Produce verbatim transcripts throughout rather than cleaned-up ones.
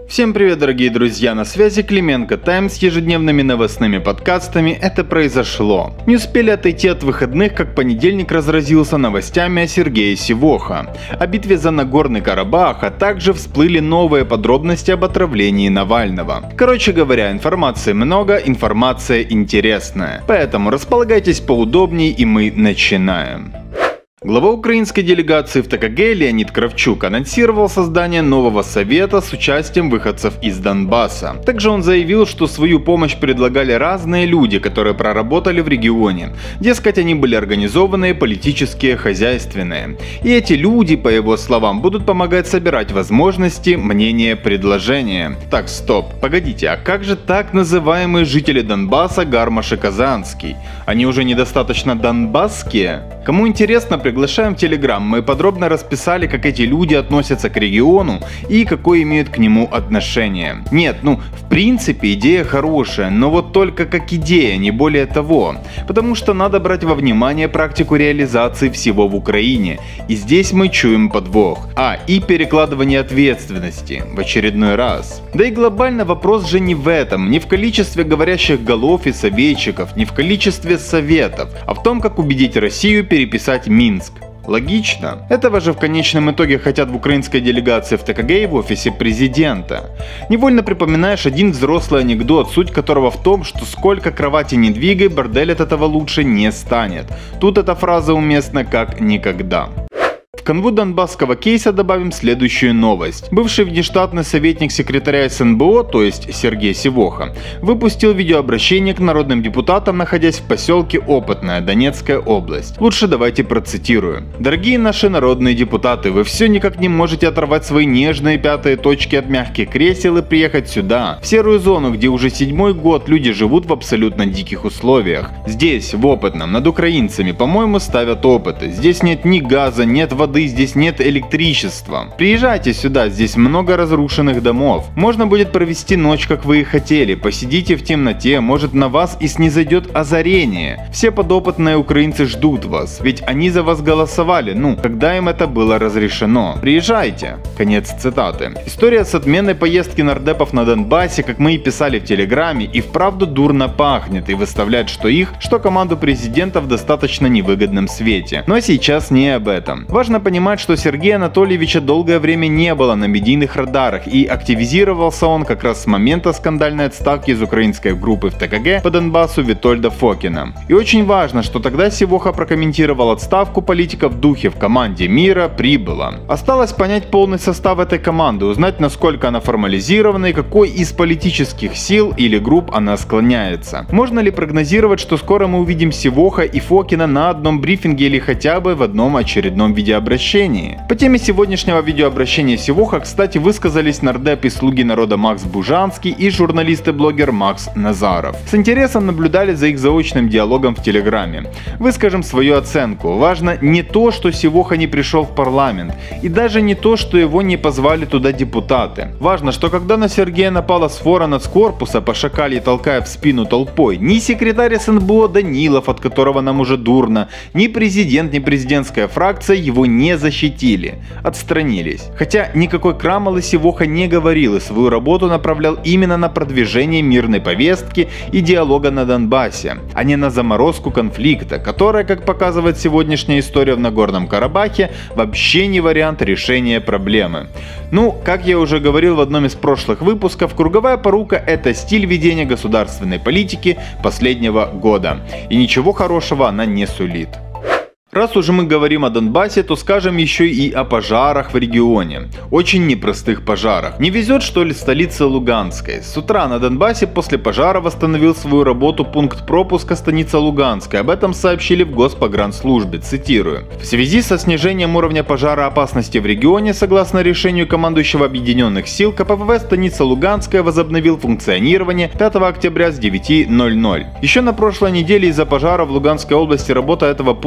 Всем привет, дорогие друзья, на связи Клименко Тайм с ежедневными новостными подкастами «Это произошло». Не успели отойти от выходных, как понедельник разразился новостями о Сергее Сивохо, о битве за Нагорный Карабах, а также всплыли новые подробности об отравлении Навального. Короче говоря, информации много, информация интересная. Поэтому располагайтесь поудобнее и мы начинаем. Глава украинской делегации в ТКГ Леонид Кравчук анонсировал создание нового совета с участием выходцев из Донбасса. Также он заявил, что свою помощь предлагали разные люди, которые проработали в регионе. Дескать, они были организованные, политические, хозяйственные. И эти люди, по его словам, будут помогать собирать возможности, мнения, предложения. Так, стоп, погодите, а как же так называемые жители Донбасса Гармаш и Казанский? Они уже недостаточно донбасские? Кому интересно, приглашаем в Телеграм, мы подробно расписали, как эти люди относятся к региону и какое имеют к нему отношение. Нет, ну, в принципе, идея хорошая, но вот только как идея, не более того. Потому что надо брать во внимание практику реализации всего в Украине. И здесь мы чуем подвох. А, и перекладывание ответственности в очередной раз. Да и глобально вопрос же не в этом, не в количестве говорящих голов и советчиков, не в количестве советов, а в том, как убедить Россию переписать Минск. Логично. Этого же в конечном итоге хотят в украинской делегации в ТКГ и в офисе президента. Невольно припоминаешь один взрослый анекдот, суть которого в том, что сколько кровати не двигай, бордель от этого лучше не станет. Тут эта фраза уместна как никогда. В канву донбасского кейса добавим следующую новость. Бывший внештатный советник секретаря СНБО, то есть Сергей Сивохо, выпустил видеообращение к народным депутатам, находясь в поселке Опытное, Донецкая область. Лучше давайте процитирую. «Дорогие наши народные депутаты, вы все никак не можете оторвать свои нежные пятые точки от мягких кресел и приехать сюда, в серую зону, где уже седьмой год люди живут в абсолютно диких условиях. Здесь, в Опытном, над украинцами, по-моему, ставят опыты. Здесь нет ни газа, нет воды, здесь нет электричества. Приезжайте сюда, здесь много разрушенных домов. Можно будет провести ночь, как вы и хотели. Посидите в темноте, может на вас и снизойдет озарение. Все подопытные украинцы ждут вас, ведь они за вас голосовали, ну, когда им это было разрешено. Приезжайте». Конец цитаты. История с отменой поездки нардепов на Донбассе, как мы и писали в Телеграме, и вправду дурно пахнет и выставляет что их, что команду президента в достаточно невыгодном свете. Но сейчас не об этом. Важно понимать, что Сергея Анатольевича долгое время не было на медийных радарах, и активизировался он как раз с момента скандальной отставки из украинской группы в ТКГ по Донбассу Витольда Фокина. И очень важно, что тогда Сивохо прокомментировал отставку политика в духе «в команде мира прибыло». Осталось понять полный состав этой команды, узнать, насколько она формализирована и какой из политических сил или групп она склоняется. Можно ли прогнозировать, что скоро мы увидим Сивохо и Фокина на одном брифинге или хотя бы в одном очередном видеообращении? По теме сегодняшнего видеообращения Сивохо, кстати, высказались нардеп и слуги народа Макс Бужанский и журналист и блогер Макс Назаров. С интересом наблюдали за их заочным диалогом в Телеграме. Выскажем свою оценку. Важно не то, что Сивохо не пришел в парламент, и даже не то, что его не позвали туда депутаты. Важно, что когда на Сергея напала сфора нацкорпуса по шакале, толкая в спину толпой, ни секретарь СНБО Данилов, от которого нам уже дурно, ни президент, ни президентская фракция его не не защитили, отстранились. Хотя никакой крамолы Сивохо не говорил и свою работу направлял именно на продвижение мирной повестки и диалога на Донбассе, а не на заморозку конфликта, которая, как показывает сегодняшняя история в Нагорном Карабахе, вообще не вариант решения проблемы. Ну, как я уже говорил в одном из прошлых выпусков, круговая порука – это стиль ведения государственной политики последнего года, и ничего хорошего она не сулит. Раз уже мы говорим о Донбассе, то скажем еще и о пожарах в регионе. Очень непростых пожарах. Не везет, что ли, столице Луганской? С утра на Донбассе после пожара восстановил свою работу пункт пропуска станица Луганская. Об этом сообщили в Госпогранслужбе, цитирую. В связи со снижением уровня пожароопасности в регионе, согласно решению командующего Объединенных сил, КПВВ станица Луганская возобновил функционирование пятого октября с девяти ноль ноль. Еще на прошлой неделе из-за пожара в Луганской области работа этого пункта пропуска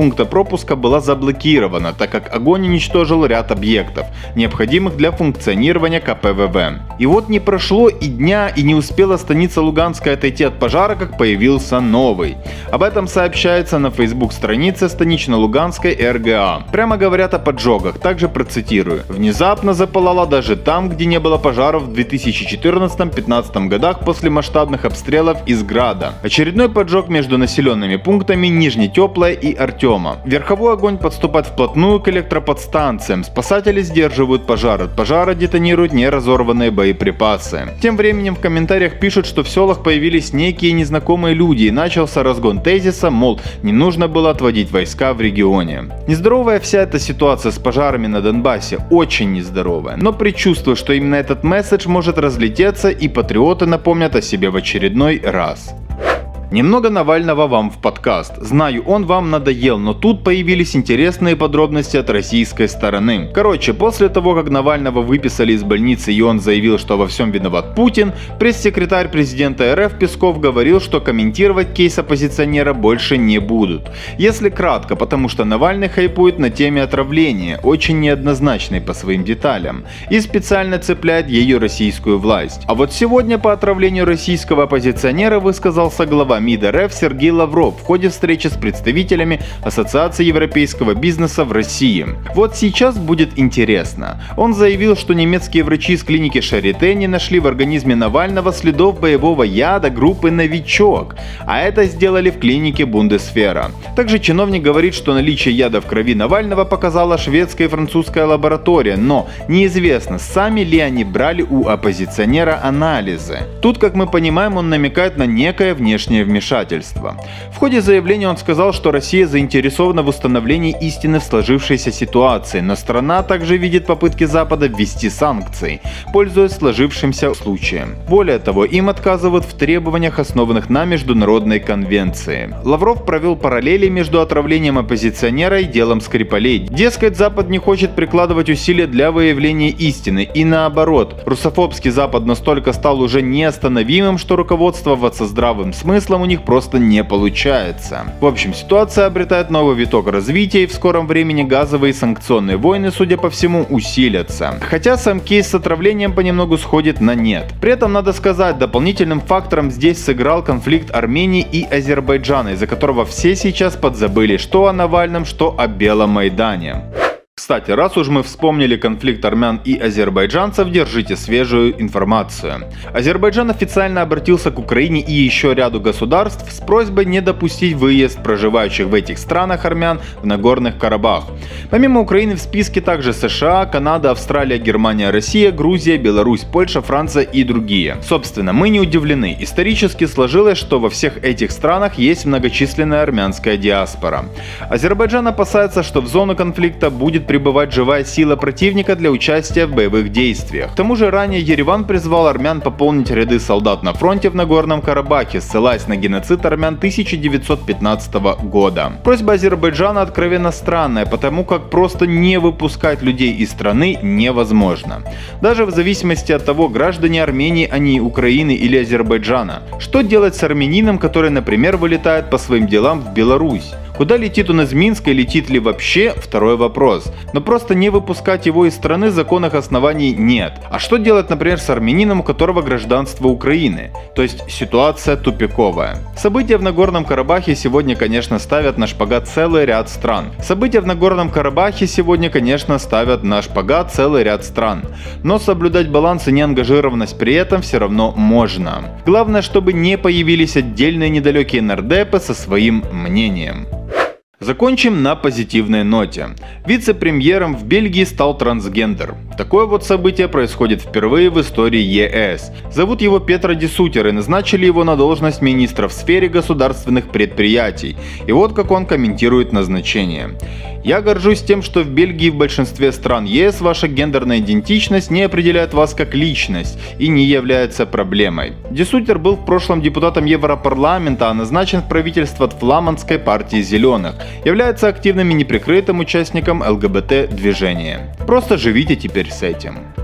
пропуска была заблокирована, так как огонь уничтожил ряд объектов, необходимых для функционирования ка пэ вэ вэ. И вот не прошло и дня, и не успела станица Луганская отойти от пожара, как появился новый. Об этом сообщается на Facebook-странице станично-Луганской эр гэ а. Прямо говорят о поджогах, также процитирую. «Внезапно запылало даже там, где не было пожаров в две тысячи четырнадцатом-пятнадцатом годах после масштабных обстрелов из Града. Очередной поджог между населенными пунктами Нижнетеплая и Артема. Верховой огонь подступает вплотную к электроподстанциям. Спасатели сдерживают пожар. От пожара детонируют неразорванные боеприпасы». Тем временем в комментариях пишут, что в селах появились некие незнакомые люди и начался разгон тезиса, мол, не нужно было отводить войска в регионе. Нездоровая вся эта ситуация с пожарами на Донбассе, очень нездоровая. Но предчувствую, что именно этот месседж может разлететься и патриоты напомнят о себе в очередной раз. Немного Навального вам в подкаст. Знаю, он вам надоел, но тут появились интересные подробности от российской стороны. Короче, после того, как Навального выписали из больницы и он заявил, что во всем виноват Путин, пресс-секретарь президента эр эф Песков говорил, что комментировать кейс оппозиционера больше не будут. Если кратко, потому что Навальный хайпует на теме отравления, очень неоднозначной по своим деталям, и специально цепляет ее российскую власть. А вот сегодня по отравлению российского оппозиционера высказался глава МИД эр эф Сергей Лавров в ходе встречи с представителями Ассоциации европейского бизнеса в России. Вот сейчас будет интересно. Он заявил, что немецкие врачи из клиники Шарите не нашли в организме Навального следов боевого яда группы «Новичок», а это сделали в клинике Бундесвера. Также чиновник говорит, что наличие яда в крови Навального показала шведская и французская лаборатория, но неизвестно, сами ли они брали у оппозиционера анализы. Тут, как мы понимаем, он намекает на некое внешнее вмешательство. В ходе заявления он сказал, что Россия заинтересована в установлении истины в сложившейся ситуации, но страна также видит попытки Запада ввести санкции, пользуясь сложившимся случаем. Более того, им отказывают в требованиях, основанных на международной конвенции. Лавров провел параллели между отравлением оппозиционера и делом Скрипалей. Дескать, Запад не хочет прикладывать усилия для выявления истины, и наоборот, русофобский Запад настолько стал уже неостановимым, что руководствоваться здравым смыслом у них просто не получается. В общем, ситуация обретает новый виток развития, и в скором времени газовые и санкционные войны, судя по всему, усилятся. Хотя сам кейс с отравлением понемногу сходит на нет. При этом, надо сказать, дополнительным фактором здесь сыграл конфликт Армении и Азербайджана, из-за которого все сейчас подзабыли что о Навальном, что о Белом Майдане. Кстати, раз уж мы вспомнили конфликт армян и азербайджанцев, держите свежую информацию. Азербайджан официально обратился к Украине и еще ряду государств с просьбой не допустить выезд проживающих в этих странах армян в Нагорный Карабах. Помимо Украины в списке также США, Канада, Австралия, Германия, Россия, Грузия, Беларусь, Польша, Франция и другие. Собственно, мы не удивлены. Исторически сложилось, что во всех этих странах есть многочисленная армянская диаспора. Азербайджан опасается, что в зону конфликта будет прибывать живая сила противника для участия в боевых действиях. К тому же ранее Ереван призвал армян пополнить ряды солдат на фронте в Нагорном Карабахе, ссылаясь на геноцид армян тысяча девятьсот пятнадцатого года. Просьба Азербайджана откровенно странная, потому как просто не выпускать людей из страны невозможно. Даже в зависимости от того, граждане Армении, они Украины или Азербайджана. Что делать с армянином, который, например, вылетает по своим делам в Беларусь? Куда летит он из Минска и летит ли вообще – второй вопрос. Но просто не выпускать его из страны законных оснований нет. А что делать, например, с армянином, у которого гражданство Украины? То есть ситуация тупиковая. События в Нагорном Карабахе сегодня, конечно, ставят на шпагат целый ряд стран. События в Нагорном Карабахе сегодня, конечно, ставят на шпагат целый ряд стран. Но соблюдать баланс и неангажированность при этом все равно можно. Главное, чтобы не появились отдельные недалекие нардепы со своим мнением. Закончим на позитивной ноте. Вице-премьером в Бельгии стал трансгендер. Такое вот событие происходит впервые в истории е эс. Зовут его Петро Ди Сутер и назначили его на должность министра в сфере государственных предприятий. И вот как он комментирует назначение. «Я горжусь тем, что в Бельгии и в большинстве стран е эс ваша гендерная идентичность не определяет вас как личность и не является проблемой». Ди Сутер был в прошлом депутатом Европарламента, а назначен в правительство от фламандской партии «Зеленых». Является активным и неприкрытым участником эл гэ бэ тэ движения. Просто живите теперь с этим.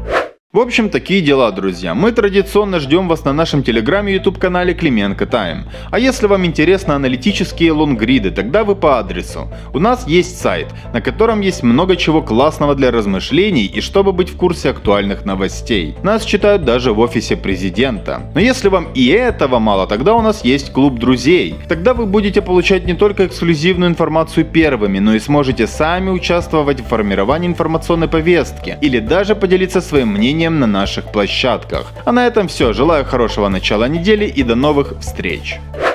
В общем, такие дела, друзья. Мы традиционно ждем вас на нашем телеграме и ютуб канале Клименко Тайм. А если вам интересны аналитические лонгриды, тогда вы по адресу. У нас есть сайт, на котором есть много чего классного для размышлений и чтобы быть в курсе актуальных новостей. Нас читают даже в офисе президента. Но если вам и этого мало, тогда у нас есть клуб друзей. Тогда вы будете получать не только эксклюзивную информацию первыми, но и сможете сами участвовать в формировании информационной повестки или даже поделиться своим мнением на наших площадках. А на этом все. Желаю хорошего начала недели и до новых встреч.